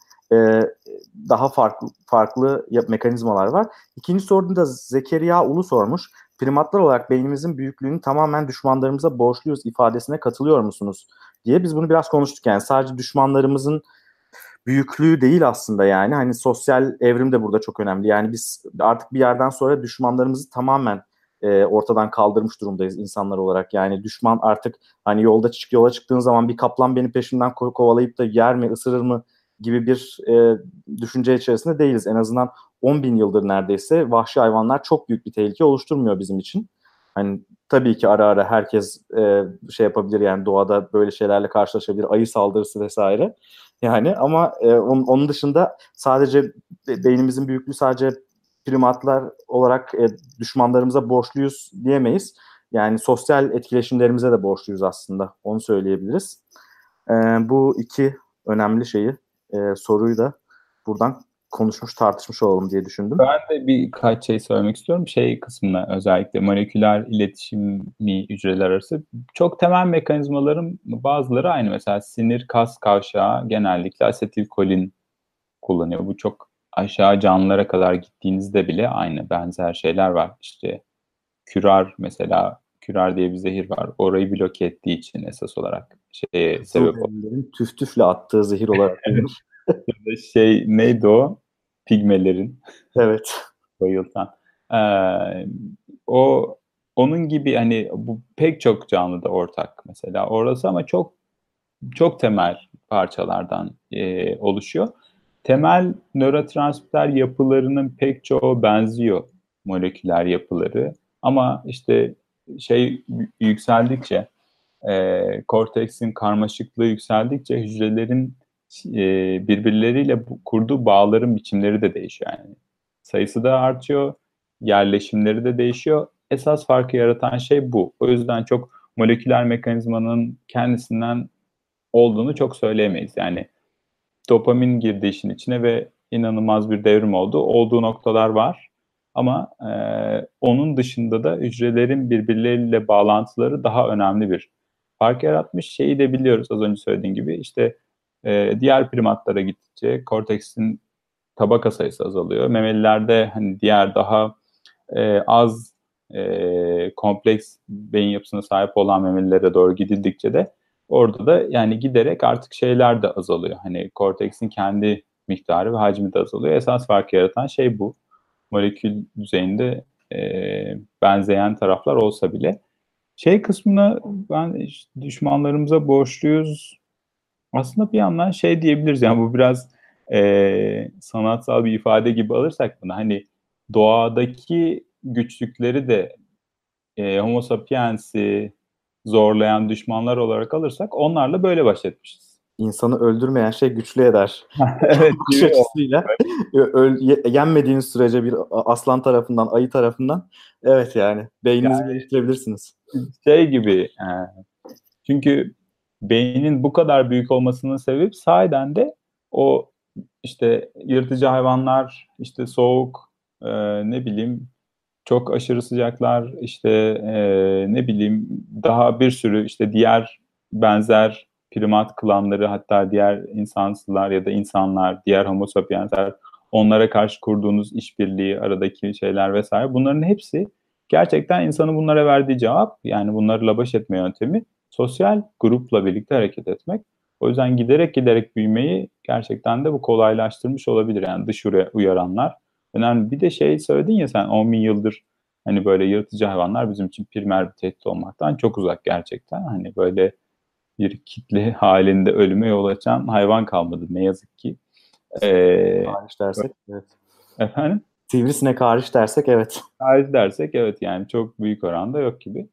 daha farklı mekanizmalar var. İkinci sorunu da Zekeriya Ulu sormuş. Primatlar olarak beynimizin büyüklüğünü tamamen düşmanlarımıza borçluyuz ifadesine katılıyor musunuz diye. Biz bunu biraz konuştuk, yani sadece düşmanlarımızın büyüklüğü değil aslında, yani hani sosyal evrim de burada çok önemli. Yani biz artık bir yerden sonra düşmanlarımızı tamamen ortadan kaldırmış durumdayız insanlar olarak. Yani düşman artık hani yola çıktığın zaman bir kaplan beni peşimden kovalayıp da yer mi, ısırır mı gibi bir düşünce içerisinde değiliz. En azından 10 bin yıldır neredeyse vahşi hayvanlar çok büyük bir tehlike oluşturmuyor bizim için. Hani tabii ki ara ara herkes şey yapabilir, yani doğada böyle şeylerle karşılaşabilir, ayı saldırısı vesaire. Yani ama onun dışında sadece beynimizin büyüklüğü sadece primatlar olarak düşmanlarımıza borçluyuz diyemeyiz. Yani sosyal etkileşimlerimize de borçluyuz aslında. Onu söyleyebiliriz. Bu iki önemli soruyu da buradan tartışmış olalım diye düşündüm. Ben de birkaç şey söylemek istiyorum. Şey kısmına, özellikle moleküler iletişimi hücreler arası çok temel mekanizmaların bazıları aynı. Mesela sinir kas kavşağı genellikle asetilkolin kullanıyor. Bu çok aşağı canlılara kadar gittiğinizde bile aynı benzer şeyler var. İşte kürar mesela, kürar diye bir zehir var. Orayı bloke ettiği için esas olarak sebep o. Tüf tüfle attığı zehir olarak bilinir. Neydi o? Pigmelerin. Evet. Bayıltan. Ee, o onun gibi hani bu pek çok canlıda ortak mesela orası ama çok çok temel parçalardan oluşuyor. Temel nörotransmitter yapılarının pek çoğu benziyor, moleküler yapıları. Ama işte yükseldikçe, korteksin karmaşıklığı yükseldikçe hücrelerin birbirleriyle kurduğu bağların biçimleri de değişiyor. Yani sayısı da artıyor, yerleşimleri de değişiyor. Esas farkı yaratan şey bu. O yüzden çok moleküler mekanizmanın kendisinden olduğunu çok söyleyemeyiz. Yani dopamin girdi işin içine ve inanılmaz bir devrim oldu. Olduğu noktalar var. Ama onun dışında da hücrelerin birbirleriyle bağlantıları daha önemli bir fark yaratmış. Şeyi de biliyoruz az önce söylediğim gibi işte diğer primatlara gittikçe korteksin tabaka sayısı azalıyor. Memelilerde hani diğer daha az kompleks beyin yapısına sahip olan memelilere doğru gidildikçe de orada da yani giderek artık şeyler de azalıyor. Hani korteksin kendi miktarı ve hacmi de azalıyor. Esas farkı yaratan şey bu. Molekül düzeyinde benzeyen taraflar olsa bile. Şey kısmına ben düşmanlarımıza borçluyuz. Aslında bir yandan şey diyebiliriz yani bu biraz sanatsal bir ifade gibi alırsak bunu hani doğadaki güçlükleri de Homo sapiens'i zorlayan düşmanlar olarak alırsak onlarla böyle baş etmişiz. İnsanı öldürmeyen şey güçlü eder. Evet Bakış gibi açısıyla yenmediğiniz sürece bir aslan tarafından, ayı tarafından evet yani beyninizi geliştirebilirsiniz. şey gibi çünkü beynin bu kadar büyük olmasının sebebi sahiden de o işte yırtıcı hayvanlar, işte soğuk, ne bileyim çok aşırı sıcaklar, işte ne bileyim daha bir sürü işte diğer benzer primat klanları hatta diğer insansılar ya da insanlar, diğer homo sapiensler onlara karşı kurduğunuz işbirliği, aradaki şeyler vesaire bunların hepsi gerçekten insanın bunlara verdiği cevap yani bunlarla baş etme yöntemi sosyal grupla birlikte hareket etmek. O yüzden giderek büyümeyi gerçekten de bu kolaylaştırmış olabilir. Yani dış uyaranlar önemli. Bir de şey söyledin ya sen 10 bin yıldır hani böyle yırtıcı hayvanlar bizim için primer bir tehdit olmaktan çok uzak gerçekten. Hani böyle bir kitle halinde ölüme yol açan hayvan kalmadı ne yazık ki. Hariç dersek evet. Efendim? Sivrisinek hariç dersek evet. Hariç dersek evet yani çok büyük oranda yok gibi.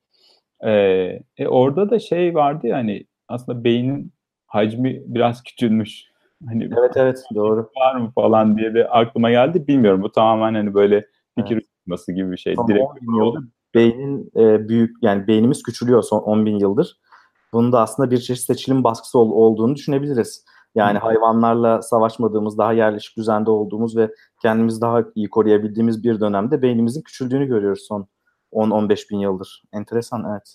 Orada da şey vardı ya hani aslında beynin hacmi biraz küçülmüş. Hani Evet doğru. var mı falan diye de aklıma geldi. Bilmiyorum bu tamamen hani böyle fikir Evet. uçması gibi bir şey. Son Direkt 10 bin yıldır beynin büyük yani beynimiz küçülüyor son 10 bin yıldır. Bunun da aslında bir çeşit seçilim baskısı olduğunu düşünebiliriz. Yani hayvanlarla savaşmadığımız, daha yerleşik düzende olduğumuz ve kendimizi daha iyi koruyabildiğimiz bir dönemde beynimizin küçüldüğünü görüyoruz son 10-15 bin yıldır. Enteresan, evet.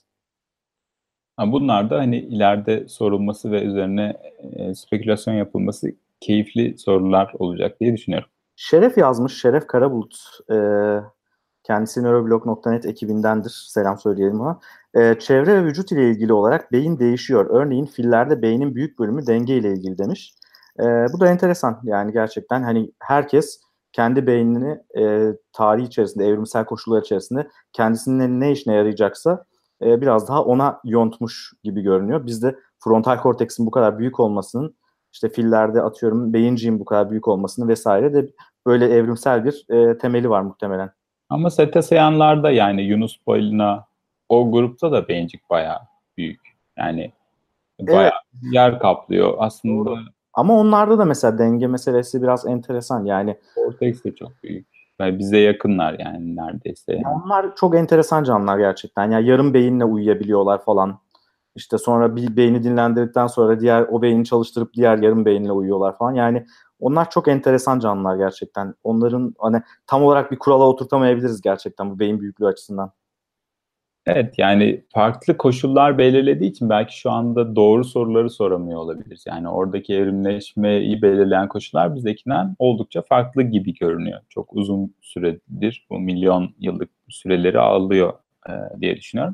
Bunlar da hani ileride sorulması ve üzerine spekülasyon yapılması keyifli sorular olacak diye düşünüyorum. Şeref yazmış, Şeref Karabulut. Kendisi neuroblog.net ekibindendir. Selam söyleyelim ona. Çevre ve vücut ile ilgili olarak beyin değişiyor. Örneğin fillerde beynin büyük bölümü denge ile ilgili demiş. Bu da enteresan. Yani gerçekten hani herkes kendi beynini tarih içerisinde, evrimsel koşullar içerisinde kendisinin ne işine yarayacaksa biraz daha ona yontmuş gibi görünüyor. Bizde frontal korteksin bu kadar büyük olmasının, işte fillerde atıyorum beyinciğin bu kadar büyük olmasının vesaire de böyle evrimsel bir temeli var muhtemelen. Ama Cetaceanlarda yani Yunus balina o grupta da beyincik bayağı büyük. Yani bayağı Evet, yer kaplıyor. Aslında doğru. Ama onlarda da mesela denge meselesi biraz enteresan. Yani korteks de çok büyük. Yani bize yakınlar yani neredeyse. ya Yani. onlar çok enteresan canlılar gerçekten. Yani yarım beyinle uyuyabiliyorlar falan. İşte sonra bir beyni dinlendirdikten sonra diğer o beyni çalıştırıp diğer yarım beyinle uyuyorlar falan. Yani onlar çok enteresan canlılar gerçekten. Onların hani tam olarak bir kurala oturtamayabiliriz gerçekten bu beyin büyüklüğü açısından. Evet yani farklı koşullar belirlediği için belki şu anda doğru soruları soramıyor olabiliriz. Yani oradaki evrimleşmeyi belirleyen koşullar bizdekinden oldukça farklı gibi görünüyor. Çok uzun süredir bu milyon yıllık süreleri alıyor diye düşünüyorum.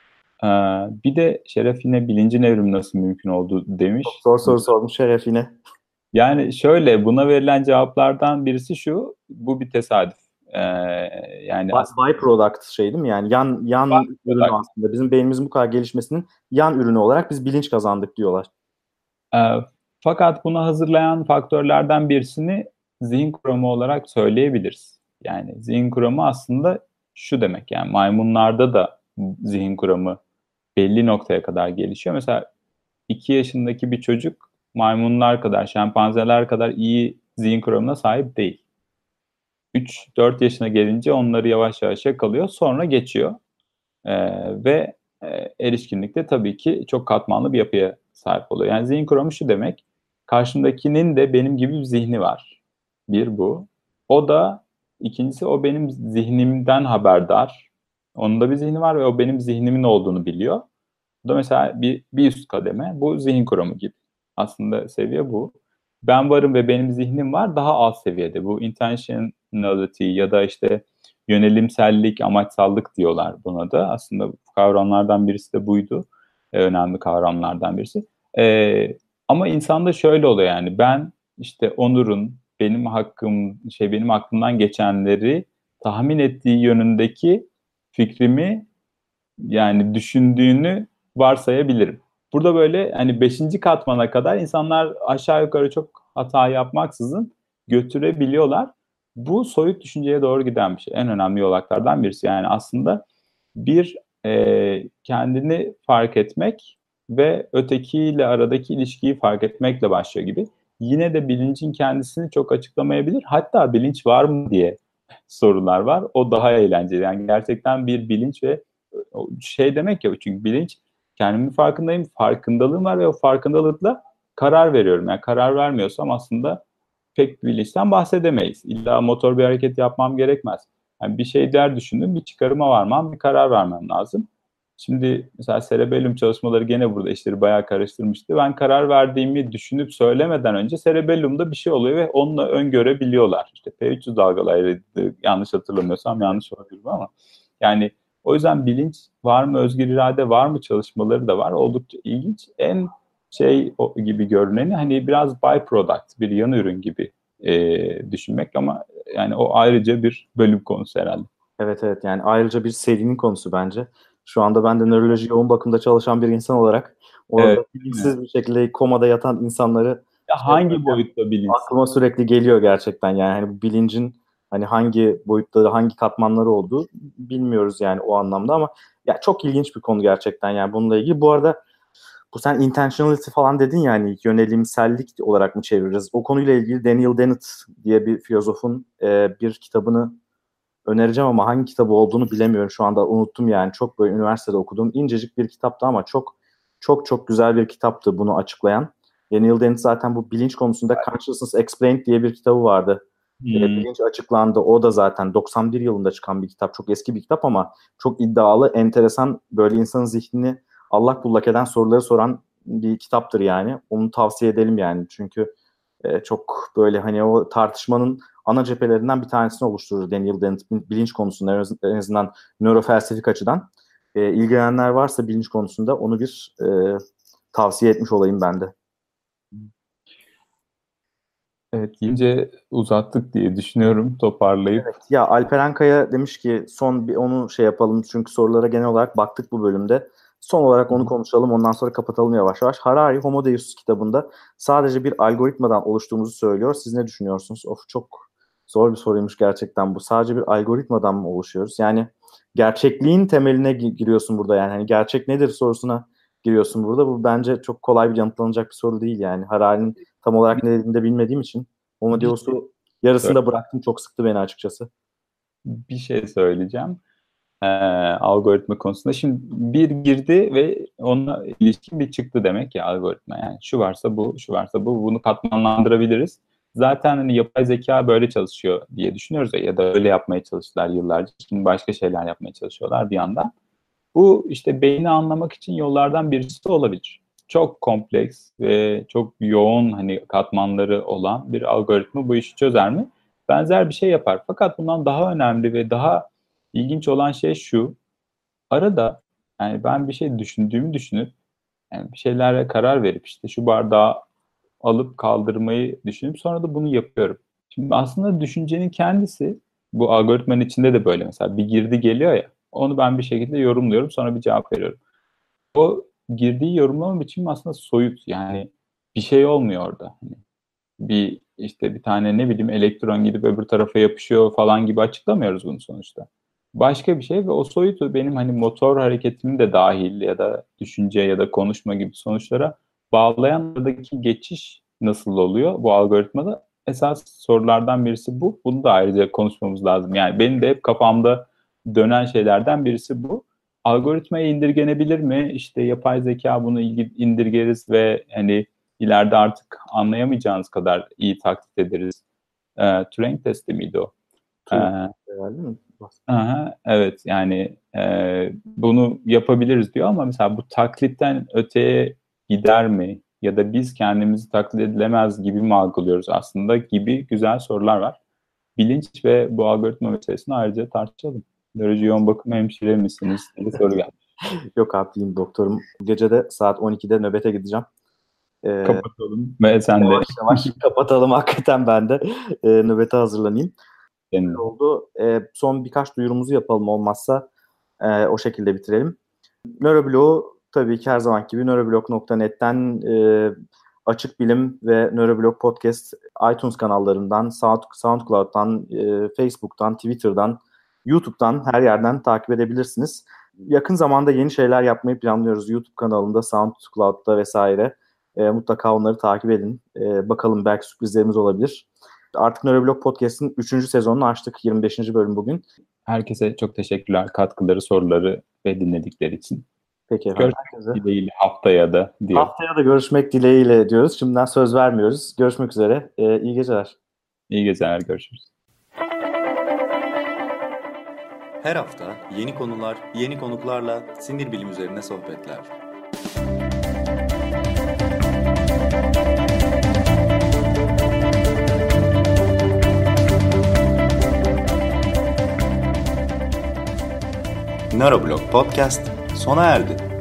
Bir de Şeref yine bilincin evrimi nasıl mümkün oldu Çok demiş. zor soru sormuş Şeref yine. Yani şöyle buna verilen cevaplardan birisi şu, bu bir tesadüf. Ee, yani aslında Byproduct şey değil mi? Yani yan ürünü aslında. Bizim beynimizin bu kadar gelişmesinin yan ürünü olarak biz bilinç kazandık diyorlar. Ee, fakat bunu hazırlayan faktörlerden birisini zihin kuramı olarak söyleyebiliriz. Yani zihin kuramı aslında şu demek yani maymunlarda da zihin kuramı belli noktaya kadar gelişiyor. Mesela 2 yaşındaki bir çocuk maymunlar kadar, şempanzeler kadar iyi zihin kuramına sahip değil. 3-4 yaşına gelince onları yavaş yavaş yakalıyor, sonra geçiyor. Ve erişkinlikte tabii ki çok katmanlı bir yapıya sahip oluyor. Yani zihin kuramı şu demek, karşımdakinin de benim gibi bir zihni var. Bir bu. O da ikincisi o benim zihnimden haberdar. Onun da bir zihni var ve o benim zihnimin olduğunu biliyor. Bu da mesela bir üst kademe. Bu zihin kuramı gibi. Aslında seviye bu. Ben varım ve benim zihnim var daha alt seviyede. Bu intentionality ya da işte yönelimsellik, amaçsallık diyorlar buna da. Aslında bu kavramlardan birisi de buydu. Önemli kavramlardan birisi. Ama insanda şöyle oluyor yani ben işte Onur'un benim aklımdan geçenleri tahmin ettiği yönündeki fikrimi yani düşündüğünü varsayabilirim. Burada böyle hani 5. katmana kadar insanlar aşağı yukarı çok hata yapmaksızın götürebiliyorlar. Bu soyut düşünceye doğru giden bir şey. En önemli yolaklardan birisi. Yani aslında bir kendini fark etmek ve ötekiyle aradaki ilişkiyi fark etmekle başlıyor gibi. Yine de bilincin kendisini çok açıklamayabilir. Hatta bilinç var mı diye sorular var. O daha eğlenceli. Yani gerçekten bir bilinç ve şey demek ya çünkü bilinç kendimin farkındayım, farkındalığım var ve o farkındalıkla karar veriyorum. Yani karar vermiyorsam aslında pek bir bilinçten bahsedemeyiz. İlla motor bir hareket yapmam gerekmez. Yani bir şeyler düşündüm, bir çıkarıma varmam, bir karar vermem lazım. Şimdi mesela cerebellum çalışmaları gene burada işleri bayağı karıştırmıştı. Ben karar verdiğimi düşünüp söylemeden önce cerebellumda bir şey oluyor ve onunla öngörebiliyorlar. İşte P300 dalgaları yanlış hatırlamıyorsam yanlış olabilir ama yani o yüzden bilinç var mı, özgür irade var mı çalışmaları da var. Oldukça ilginç. En şey gibi görüneni hani biraz byproduct, bir yan ürün gibi düşünmek ama yani o ayrıca bir bölüm konusu herhalde. Evet, evet, yani ayrıca bir serinin konusu bence. Şu anda ben de nöroloji yoğun bakımda çalışan bir insan olarak orada Evet, bilinçsiz bir şekilde komada yatan insanları ya hangi boyutta bilinç? aklıma sürekli geliyor gerçekten. Yani hani bu bilincin hani hangi boyutları, hangi katmanları olduğu bilmiyoruz yani o anlamda ama ya çok ilginç bir konu gerçekten yani bununla ilgili. Bu arada bu sen intentionality falan dedin yani yönelimsellik olarak mı çeviririz? O konuyla ilgili Daniel Dennett diye bir filozofun bir kitabını önereceğim ama hangi kitabı olduğunu bilemiyorum şu anda unuttum yani. Çok böyle üniversitede okuduğum incecik bir kitaptı ama çok çok çok güzel bir kitaptı bunu açıklayan. Daniel Dennett zaten bu bilinç konusunda Consciousness Explained diye bir kitabı vardı. Bilinç açıklandı. O da zaten 91 yılında çıkan bir kitap. Çok eski bir kitap ama çok iddialı, enteresan böyle insanın zihnini allak bullak eden soruları soran bir kitaptır yani. Onu tavsiye edelim yani. Çünkü çok böyle hani o tartışmanın ana cephelerinden bir tanesini oluşturur Daniel Dennett bilinç konusunda en azından nörofelsefik açıdan. İlgilenenler varsa bilinç konusunda onu bir tavsiye etmiş olayım ben de. Evet, iyice uzattık diye düşünüyorum toparlayıp. Evet, ya Alperen Kaya demiş ki son bir onu şey yapalım çünkü sorulara genel olarak baktık bu bölümde. Son olarak onu konuşalım ondan sonra kapatalım yavaş yavaş. Harari Homo Deus kitabında sadece bir algoritmadan oluştuğumuzu söylüyor. Siz ne düşünüyorsunuz? Of çok zor bir soruymuş gerçekten bu. Sadece bir algoritmadan mı oluşuyoruz? Yani gerçekliğin temeline giriyorsun burada yani. Hani gerçek nedir sorusuna giriyorsun burada. Bu bence çok kolay bir yanıtlanacak bir soru değil yani. Harari'nin tam olarak ne dediğini de bilmediğim için Homo Bir Deus'u yarısında bıraktım. Çok sıktı beni açıkçası. bir şey söyleyeceğim. Algoritma konusunda. Şimdi bir girdi ve ona ilişkin bir çıktı demek ya algoritma. Yani şu varsa bu, şu varsa bu, bunu katmanlandırabiliriz. Zaten hani yapay zeka böyle çalışıyor diye düşünüyoruz ya da öyle yapmaya çalıştılar yıllarca. Şimdi başka şeyler yapmaya çalışıyorlar bir yandan. Bu işte beyni anlamak için yollardan birisi olabilir. Çok kompleks ve çok yoğun hani katmanları olan bir algoritma bu işi çözer mi? Benzer bir şey yapar. Fakat bundan daha önemli ve daha ilginç olan şey şu. Arada yani ben bir şey düşündüğümü düşünüp yani bir şeylere karar verip işte şu bardağı alıp kaldırmayı düşünüp sonra da bunu yapıyorum. Şimdi aslında düşüncenin kendisi bu algoritmanın içinde de böyle mesela bir girdi geliyor ya onu ben bir şekilde yorumluyorum sonra bir cevap veriyorum. O girdiği yorumlama biçimi aslında soyut yani bir şey olmuyor orada. Hani bir işte bir tane ne bileyim elektron gidip öbür tarafa yapışıyor falan gibi açıklamıyoruz bunu sonuçta. Başka bir şey ve o soyutu benim hani motor hareketimi de dahil ya da düşünce ya da konuşma gibi sonuçlara bağlayan aradaki geçiş nasıl oluyor bu algoritmada? Esas sorulardan birisi bu. Bunu da ayrıca konuşmamız lazım. Yani benim de hep kafamda dönen şeylerden birisi bu. Algoritmaya indirgenebilir mi? İşte yapay zeka bunu indirgeriz ve hani ileride artık anlayamayacağınız kadar iyi taklit ederiz. Turing testi miydi o? Değil mi? Aha, evet yani bunu yapabiliriz diyor ama mesela bu taklitten öteye gider mi? Ya da biz kendimizi taklit edilemez gibi mi algılıyoruz aslında gibi güzel sorular var. Bilinç ve bu algoritma meselesini ayrıca tartışalım. Nöroloji yoğun bakım hemşire misiniz diye soru geldi. Yok abi, değilim doktorum. Gece de saat 12'de nöbete gideceğim. Kapatalım ve sen de. Yavaş yavaş kapatalım, hakikaten ben de nöbete hazırlanayım. Senin. Oldu. Son birkaç duyurumuzu yapalım olmazsa o şekilde bitirelim. Nöroblog'u tabii ki her zaman gibi nöroblog.net'ten Açık Bilim ve Nöroblog Podcast iTunes kanallarından, SoundCloud'dan, Facebook'tan, Twitter'dan, YouTube'dan her yerden takip edebilirsiniz. Yakın zamanda yeni şeyler yapmayı planlıyoruz. YouTube kanalında, SoundCloud'da vesaire. Mutlaka onları takip edin. Bakalım, belki sürprizlerimiz olabilir. Artık Nöroblog Podcast'ın 3. sezonunu açtık. 25. bölüm bugün. Herkese çok teşekkürler. Katkıları, soruları ve dinledikleri için. Peki efendim. Görüşmek dileğiyle haftaya da diyor. Haftaya da görüşmek dileğiyle diyoruz. Şimdiden söz vermiyoruz. Görüşmek üzere. İyi geceler. İyi geceler. Görüşürüz. Her hafta yeni konular, yeni konuklarla sinir bilim üzerine sohbetler. Nöroblog Podcast sona erdi.